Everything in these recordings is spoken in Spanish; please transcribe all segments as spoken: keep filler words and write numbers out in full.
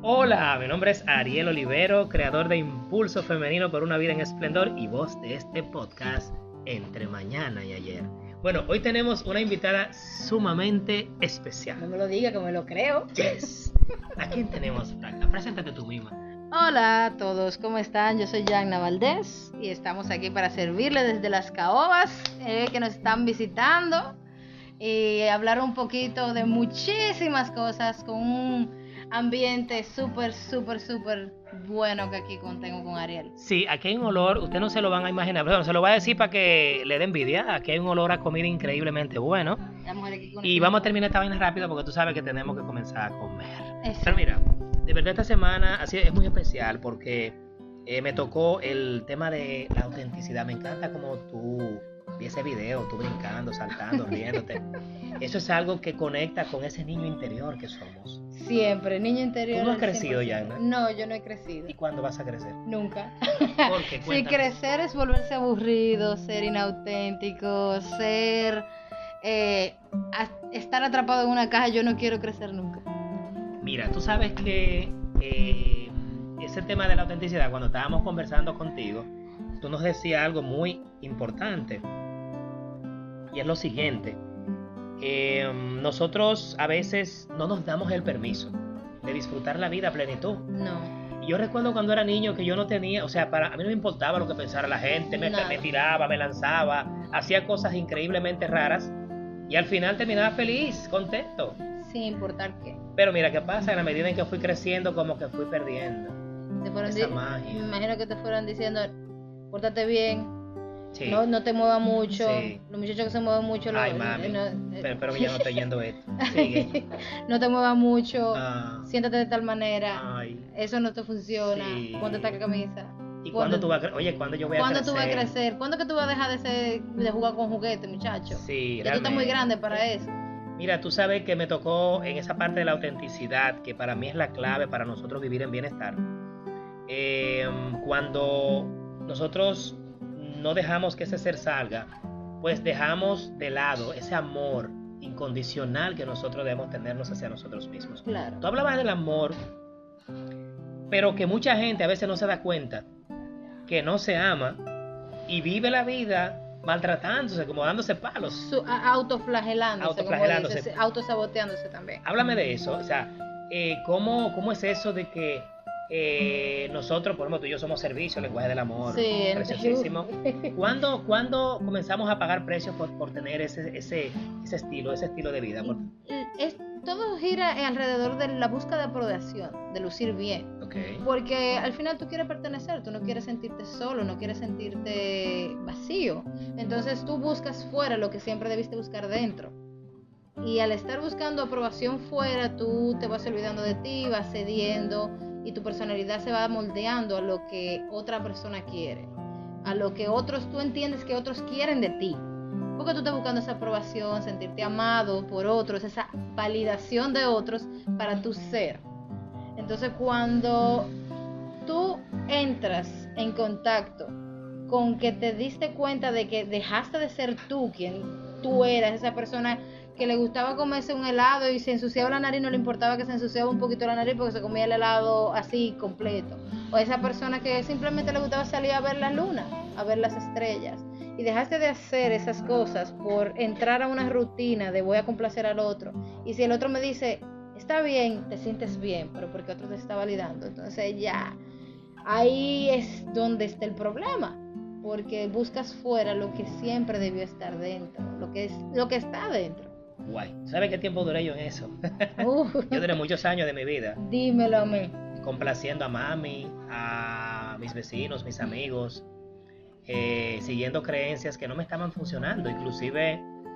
Hola, mi nombre es Ariel Olivero, creador de Impulso Femenino por una Vida en Esplendor y voz de este podcast Entre Mañana y Ayer. Bueno, hoy tenemos una invitada sumamente especial. No me lo diga, que me lo creo. Yes. ¿A quién tenemos, Franca? Preséntate tú misma. Hola a todos, ¿cómo están? Yo soy Yagna Valdés y estamos aquí para servirles desde las caobas eh, que nos están visitando y hablar un poquito de muchísimas cosas con un ambiente súper, súper, súper bueno que aquí tengo con Ariel. Sí, aquí hay un olor, ustedes no se lo van a imaginar, pero se lo voy a decir para que le dé envidia. Aquí hay un olor a comida increíblemente bueno. Y vamos a terminar esta vaina rápido porque tú sabes que tenemos que comenzar a comer. Exacto. Pero mira, de verdad esta semana así es muy especial porque eh, me tocó el tema de la autenticidad. Me encanta como tú vi ese video, tú brincando, saltando, riéndote. Eso es algo que conecta con ese niño interior que somos. Siempre, niño interior. ¿Tú no has al crecido, cien por ciento. Yana? No, yo no he crecido. ¿Y cuándo vas a crecer? Nunca. ¿Por qué? Si Cuéntanos. crecer es volverse aburrido, ser inauténtico, ser eh, a- estar atrapado en una caja, yo no quiero crecer nunca. Mira, tú sabes que eh, ese tema de la autenticidad, cuando estábamos conversando contigo, tú nos decías algo muy importante. Y es lo siguiente. Eh, nosotros a veces no nos damos el permiso de disfrutar la vida a plenitud. No. Y yo recuerdo cuando era niño que yo no tenía, o sea, para a mí no me importaba lo que pensara la gente, me, Nada. me tiraba, me lanzaba, hacía cosas increíblemente raras y al final terminaba feliz, contento. Sin importar qué. Pero mira qué pasa, en la medida en que fui creciendo, como que fui perdiendo Te fueron esa di- magia. Me imagino que te fueron diciendo, pórtate bien, Sí. no, no te muevas mucho. Sí. Los muchachos que se mueven mucho, lo- Ay, mami, no, eh, pero, pero ya no estoy yendo esto. Sigue. no te muevas mucho, Ah, siéntate de tal manera, ay. eso no te funciona, Sí. ponte esta camisa. ¿Y cuándo tú vas a cre- Oye, ¿cuándo yo voy a ¿Cuándo crecer? tú vas a crecer? ¿Cuándo que tú vas a dejar de ser, de jugar con juguetes, muchacho? Sí, Ya tú estás muy realmente. grande para eso. Mira, tú sabes que me tocó en esa parte de la autenticidad, que para mí es la clave para nosotros vivir en bienestar. Eh, cuando nosotros no dejamos que ese ser salga, pues dejamos de lado ese amor incondicional que nosotros debemos tenernos hacia nosotros mismos. Claro. Tú hablabas del amor, pero que mucha gente a veces no se da cuenta que no se ama y vive la vida maltratándose, como dándose palos. Su, a- autoflagelándose, Autoflagelándose. como dices, autosaboteándose también. Háblame de eso, o sea, eh, ¿cómo, ¿cómo es eso de que eh, nosotros, por ejemplo, tú y yo somos servicio, lenguaje del amor, Sí, preciosísimo? ¿Cuándo, ¿Cuándo comenzamos a pagar precios por, por tener ese, ese, ese estilo, ese estilo de vida? Por- Es, todo gira alrededor de la búsqueda de aprobación, de lucir bien. Ok. Porque al final tú quieres pertenecer, tú no quieres sentirte solo, no quieres sentirte vacío. Entonces tú buscas fuera lo que siempre debiste buscar dentro. Y al estar buscando aprobación fuera, tú te vas olvidando de ti, vas cediendo y tu personalidad se va moldeando a lo que otra persona quiere, a lo que otros, tú entiendes que otros quieren de ti. Porque tú estás buscando esa aprobación, sentirte amado por otros, esa validación de otros para tu ser. Entonces cuando tú entras en contacto con que te diste cuenta de que dejaste de ser tú quien tú eras, esa persona que le gustaba comerse un helado y se ensuciaba la nariz, no le importaba que se ensuciaba un poquito la nariz porque se comía el helado así completo, o esa persona que simplemente le gustaba salir a ver la luna, a ver las estrellas, y dejaste de hacer esas cosas por entrar a una rutina de voy a complacer al otro, y si el otro me dice está bien, te sientes bien, pero porque otro te está validando, entonces ya ahí es donde está el problema, porque buscas fuera lo que siempre debió estar dentro, lo que es lo que está dentro. Guay. ¿Sabes qué tiempo duré yo en eso? Uf, Yo duré muchos años de mi vida dímelo a mí. complaciendo a mami, a mis vecinos, mis amigos, eh, siguiendo creencias que no me estaban funcionando. Inclusive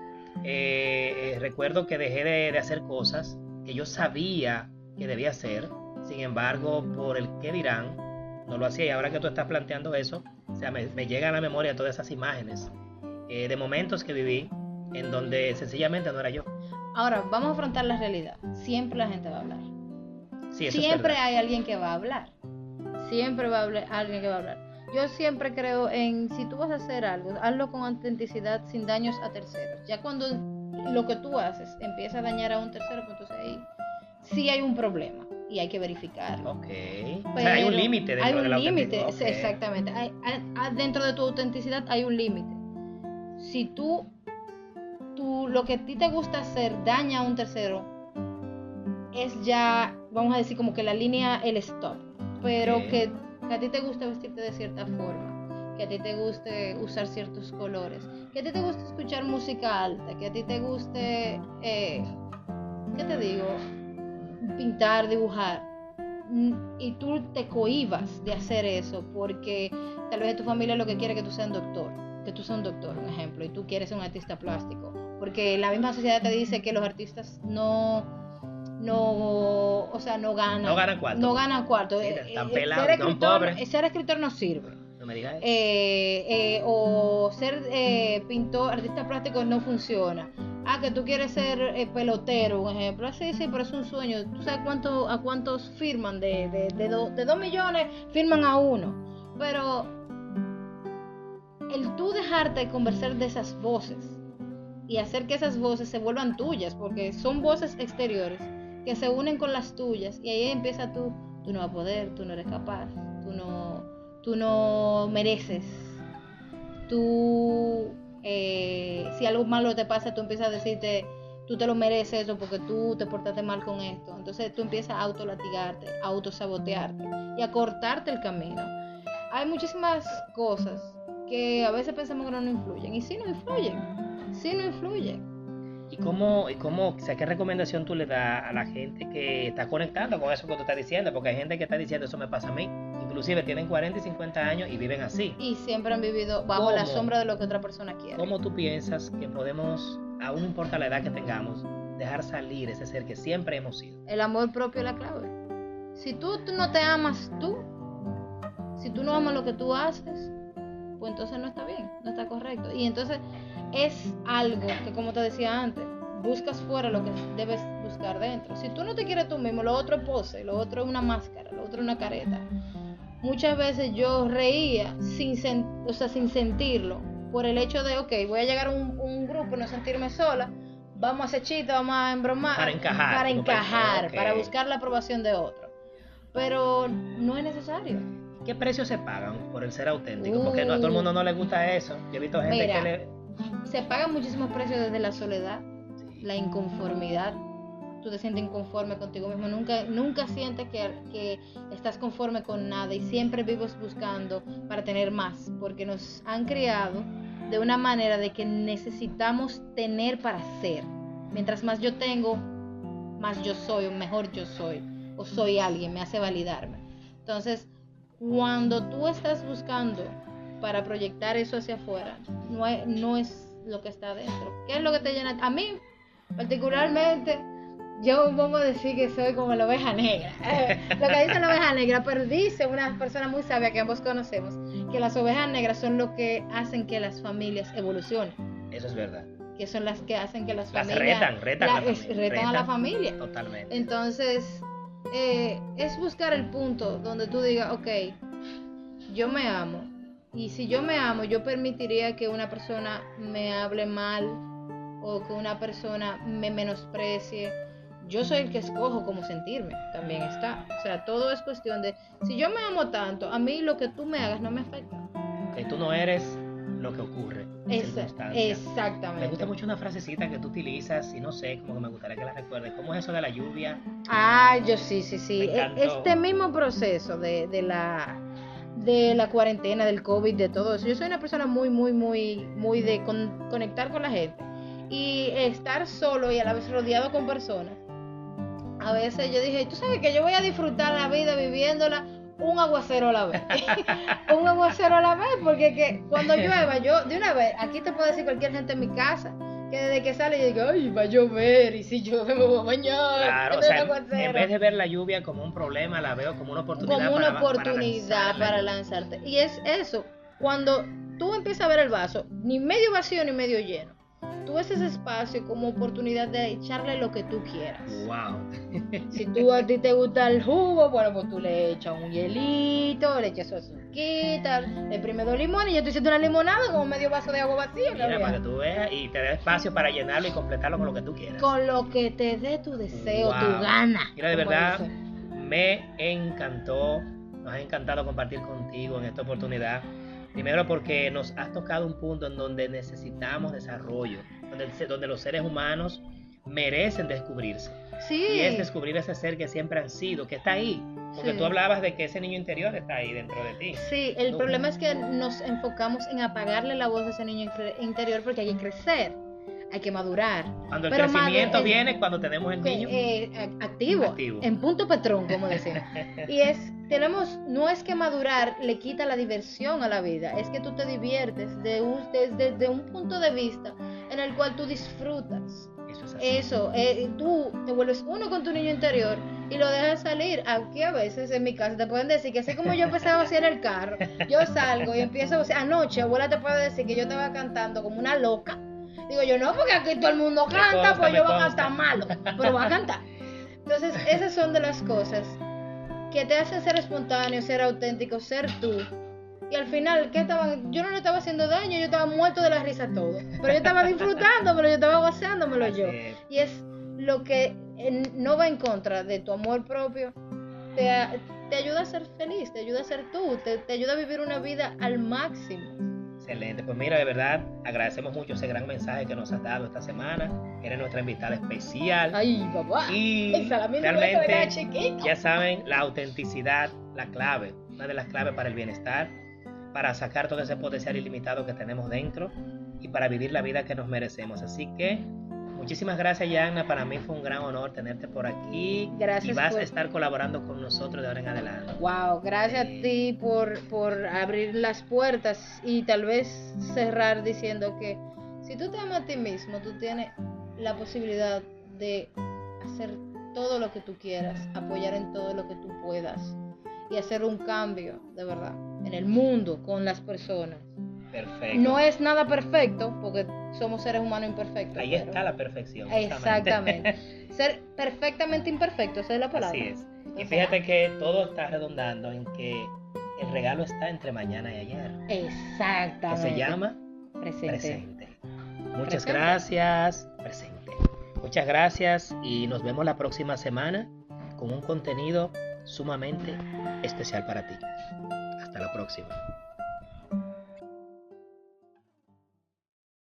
eh, eh, recuerdo que dejé de, de hacer cosas que yo sabía que debía hacer. Sin embargo, por el qué dirán, no lo hacía. Y ahora que tú estás planteando eso, o sea, me, me llega a la memoria todas esas imágenes eh, de momentos que viví en donde sencillamente no era yo. Ahora, vamos a afrontar la realidad. Siempre la gente va a hablar. Sí, eso es Siempre verdad. hay alguien que va a hablar. Siempre va a haber alguien que va a hablar. Yo siempre creo en, si tú vas a hacer algo, hazlo con autenticidad, sin daños a terceros. Ya cuando lo que tú haces empieza a dañar a un tercero, pues entonces ahí sí hay un problema. y hay que verificarlo. Ok. Pero o sea, hay un límite dentro hay un de la límite, autenticidad. Okay. exactamente. Hay, hay, dentro de tu autenticidad hay un límite. Si tú, tú, lo que a ti te gusta hacer daña a un tercero, es ya, vamos a decir, como que la línea, el stop. Pero Okay. que, que a ti te guste vestirte de cierta forma, que a ti te guste usar ciertos colores, que a ti te guste escuchar música alta, que a ti te guste, eh, ¿qué te digo? Pintar, dibujar, y tú te cohibas de hacer eso porque tal vez tu familia lo que quiere es que tú seas un doctor, que tú seas un doctor, un ejemplo, y tú quieres ser un artista plástico, porque la misma sociedad te dice que los artistas no, no, o sea, no ganan, no ganan cuarto, no ganan cuarto. Sí, están eh, pelados, ser, son escritor, pobres. ser escritor no sirve. No me digas eso. Eh, eh, o ser eh, pintor, artista plástico no funciona. Ah, que tú quieres ser eh, pelotero, un ejemplo. Ah, sí, sí, pero es un sueño. ¿Tú sabes cuánto, a cuántos firman? De, de, de, do, de dos millones firman a uno. Pero el tú dejarte conversar de esas voces y hacer que esas voces se vuelvan tuyas, porque son voces exteriores que se unen con las tuyas, y ahí empieza tú, tú no vas a poder, tú no eres capaz, tú no, tú no mereces, tú, eh, si algo malo te pasa, tú empiezas a decirte, tú te lo mereces eso porque tú te portaste mal con esto. Entonces tú empiezas a autolatigarte, a autosabotearte y a cortarte el camino. Hay muchísimas cosas que a veces pensamos que no nos influyen, y sí nos influyen, sí nos influyen. ¿Y cómo, y cómo, o sea, qué recomendación tú le das a la gente que está conectando con eso que tú estás diciendo? Porque hay gente que está diciendo, eso me pasa a mí. Inclusive tienen cuarenta y cincuenta años y viven así. Y siempre han vivido bajo ¿Cómo? la sombra de lo que otra persona quiere. ¿Cómo tú piensas que podemos, aún no importa la edad que tengamos, dejar salir ese ser que siempre hemos sido? El amor propio es la clave. Si tú, tú no te amas tú, si tú no amas lo que tú haces, pues entonces no está bien, no está correcto. Y entonces es algo que, como te decía antes, buscas fuera lo que debes buscar dentro. Si tú no te quieres tú mismo, lo otro es pose, lo otro es una máscara, lo otro es una careta. Muchas veces yo reía sin, sen, o sea, sin sentirlo, por el hecho de, ok, voy a llegar a un, un grupo y no sentirme sola, vamos a hacer chistes, vamos a embromar, para encajar, para, encajar, okay. para buscar la aprobación de otro. Pero no es necesario. ¿Qué precios se pagan por el ser auténtico? Uh, Porque no, a todo el mundo no le gusta eso. Yo he visto gente mira, que le... se pagan muchísimos precios desde la soledad, sí. La inconformidad. Tú te sientes inconforme contigo mismo, nunca, nunca sientes que, que estás conforme con nada y siempre vives buscando para tener más, porque nos han criado de una manera de que necesitamos tener para ser. Mientras más yo tengo, más yo soy, o mejor yo soy, o soy alguien, me hace validarme. Entonces, cuando tú estás buscando para proyectar eso hacia afuera, no es, no es lo que está adentro. ¿Qué es lo que te llena? A mí, particularmente, yo pongo a decir que soy como la oveja negra. Lo que dice la oveja negra, pero dice una persona muy sabia que ambos conocemos, que las ovejas negras son lo que hacen que las familias evolucionen. Eso es verdad. Que son las que hacen que las, las familias... retan, retan, la, la familia, retan, retan a la familia. Totalmente. Entonces, eh, es buscar el punto donde tú digas, ok, yo me amo. Y si yo me amo, yo permitiría que una persona me hable mal o que una persona me menosprecie. Yo soy el que escojo cómo sentirme, también está. O sea, todo es cuestión de, si yo me amo tanto, a mí lo que tú me hagas no me afecta. Que tú no eres lo que ocurre. Esa, exactamente. Me gusta mucho una frasecita que tú utilizas y no sé, como que me gustaría que la recuerdes. ¿Cómo es eso de la lluvia? Ah, yo sí, sí, sí. Este mismo proceso de, de la... de la cuarentena, del COVID, de todo eso. Yo soy una persona muy, muy, muy, muy de con, conectar con la gente y estar solo y a la vez rodeado con personas. A veces yo dije, tú sabes que yo voy a disfrutar la vida viviéndola un aguacero a la vez. Un aguacero a la vez, porque que cuando llueva, yo de una vez, aquí te puedo decir cualquier gente en mi casa, que desde que sale yo digo, ay, va a llover, y si llueve me voy a bañar. Claro, o sea, en vez de ver la lluvia como un problema, la veo como una oportunidad. Como una para, oportunidad para, para lanzarte. Y es eso, cuando tú empiezas a ver el vaso, ni medio vacío ni medio lleno, tú ves ese espacio como oportunidad de echarle lo que tú quieras. Wow. Si tú a ti te gusta el jugo, bueno, pues tú le echas un hielito, le echas su azuquita, le exprimes dos limones y yo estoy haciendo una limonada con medio vaso de agua vacía. Mira, para que tú veas y te dé espacio para llenarlo y completarlo con lo que tú quieras. Con lo que te dé tu deseo, wow. tu gana. Mira, de verdad, Me encantó, nos ha encantado compartir contigo en esta oportunidad. Primero porque nos has tocado un punto en donde necesitamos desarrollo, donde, donde los seres humanos merecen descubrirse. Sí. Y es descubrir ese ser que siempre han sido, que está ahí. Porque Sí. tú hablabas de que ese niño interior está ahí dentro de ti. Sí, el No. problema es que nos enfocamos en apagarle la voz a ese niño incre- interior porque hay que crecer, hay que madurar. Cuando el Pero crecimiento madu- viene cuando tenemos el que, niño. eh, a- activo, Activo. en punto petrón, como decimos. Y es, tenemos, no es que madurar le quita la diversión a la vida, es que tú te diviertes de un, desde, desde un punto de vista en el cual tú disfrutas. Eso es así. Eso, eh, tú te vuelves uno con tu niño interior y lo dejas salir. Aquí a veces en mi casa te pueden decir que así como yo empezaba a hacer el carro, yo salgo y empiezo a vocear. Anoche abuela te puede decir que yo estaba cantando como una loca. Digo yo, no, porque aquí todo el mundo Me canta, consta, pues me yo voy a consta. cantar malo, pero voy a cantar. Entonces, esas son de las cosas que te hacen ser espontáneo, ser auténtico, ser tú. Y al final, ¿qué estaban? Yo no le estaba haciendo daño, yo estaba muerto de la risa todo. Pero yo estaba disfrutándomelo, yo estaba gozándomelo Así yo. es. Y es lo que eh, no va en contra de tu amor propio. Te, a- te ayuda a ser feliz, te ayuda a ser tú, te, te ayuda a vivir una vida al máximo. Excelente. Pues mira, de verdad, agradecemos mucho ese gran mensaje que nos has dado esta semana. Eres nuestra invitada especial. Ay, papá. Y El salamito me quedaba realmente, chiquito. ya saben, la autenticidad, la clave, una de las claves para el bienestar, para sacar todo ese potencial ilimitado que tenemos dentro y para vivir la vida que nos merecemos. Así que muchísimas gracias, Yana. Para mí fue un gran honor tenerte por aquí. Gracias Y vas por- a estar colaborando con nosotros de ahora en adelante. Wow, gracias a Eh. ti por, por abrir las puertas y tal vez cerrar diciendo que si tú te amas a ti mismo, tú tienes la posibilidad de hacer todo lo que tú quieras, apoyar en todo lo que tú puedas y hacer un cambio, de verdad, en el mundo, con las personas. Perfecto. No es nada perfecto, porque somos seres humanos imperfectos. Ahí pero- está la perfección. justamente. Exactamente. Ser perfectamente imperfecto, esa es la palabra. Así es. Y Entonces, fíjate que todo está redondando en que el regalo está entre mañana y ayer. Que Exactamente. se llama presente. presente. Muchas Presente. gracias. Presente. Muchas gracias y nos vemos la próxima semana con un contenido sumamente especial para ti. Hasta la próxima.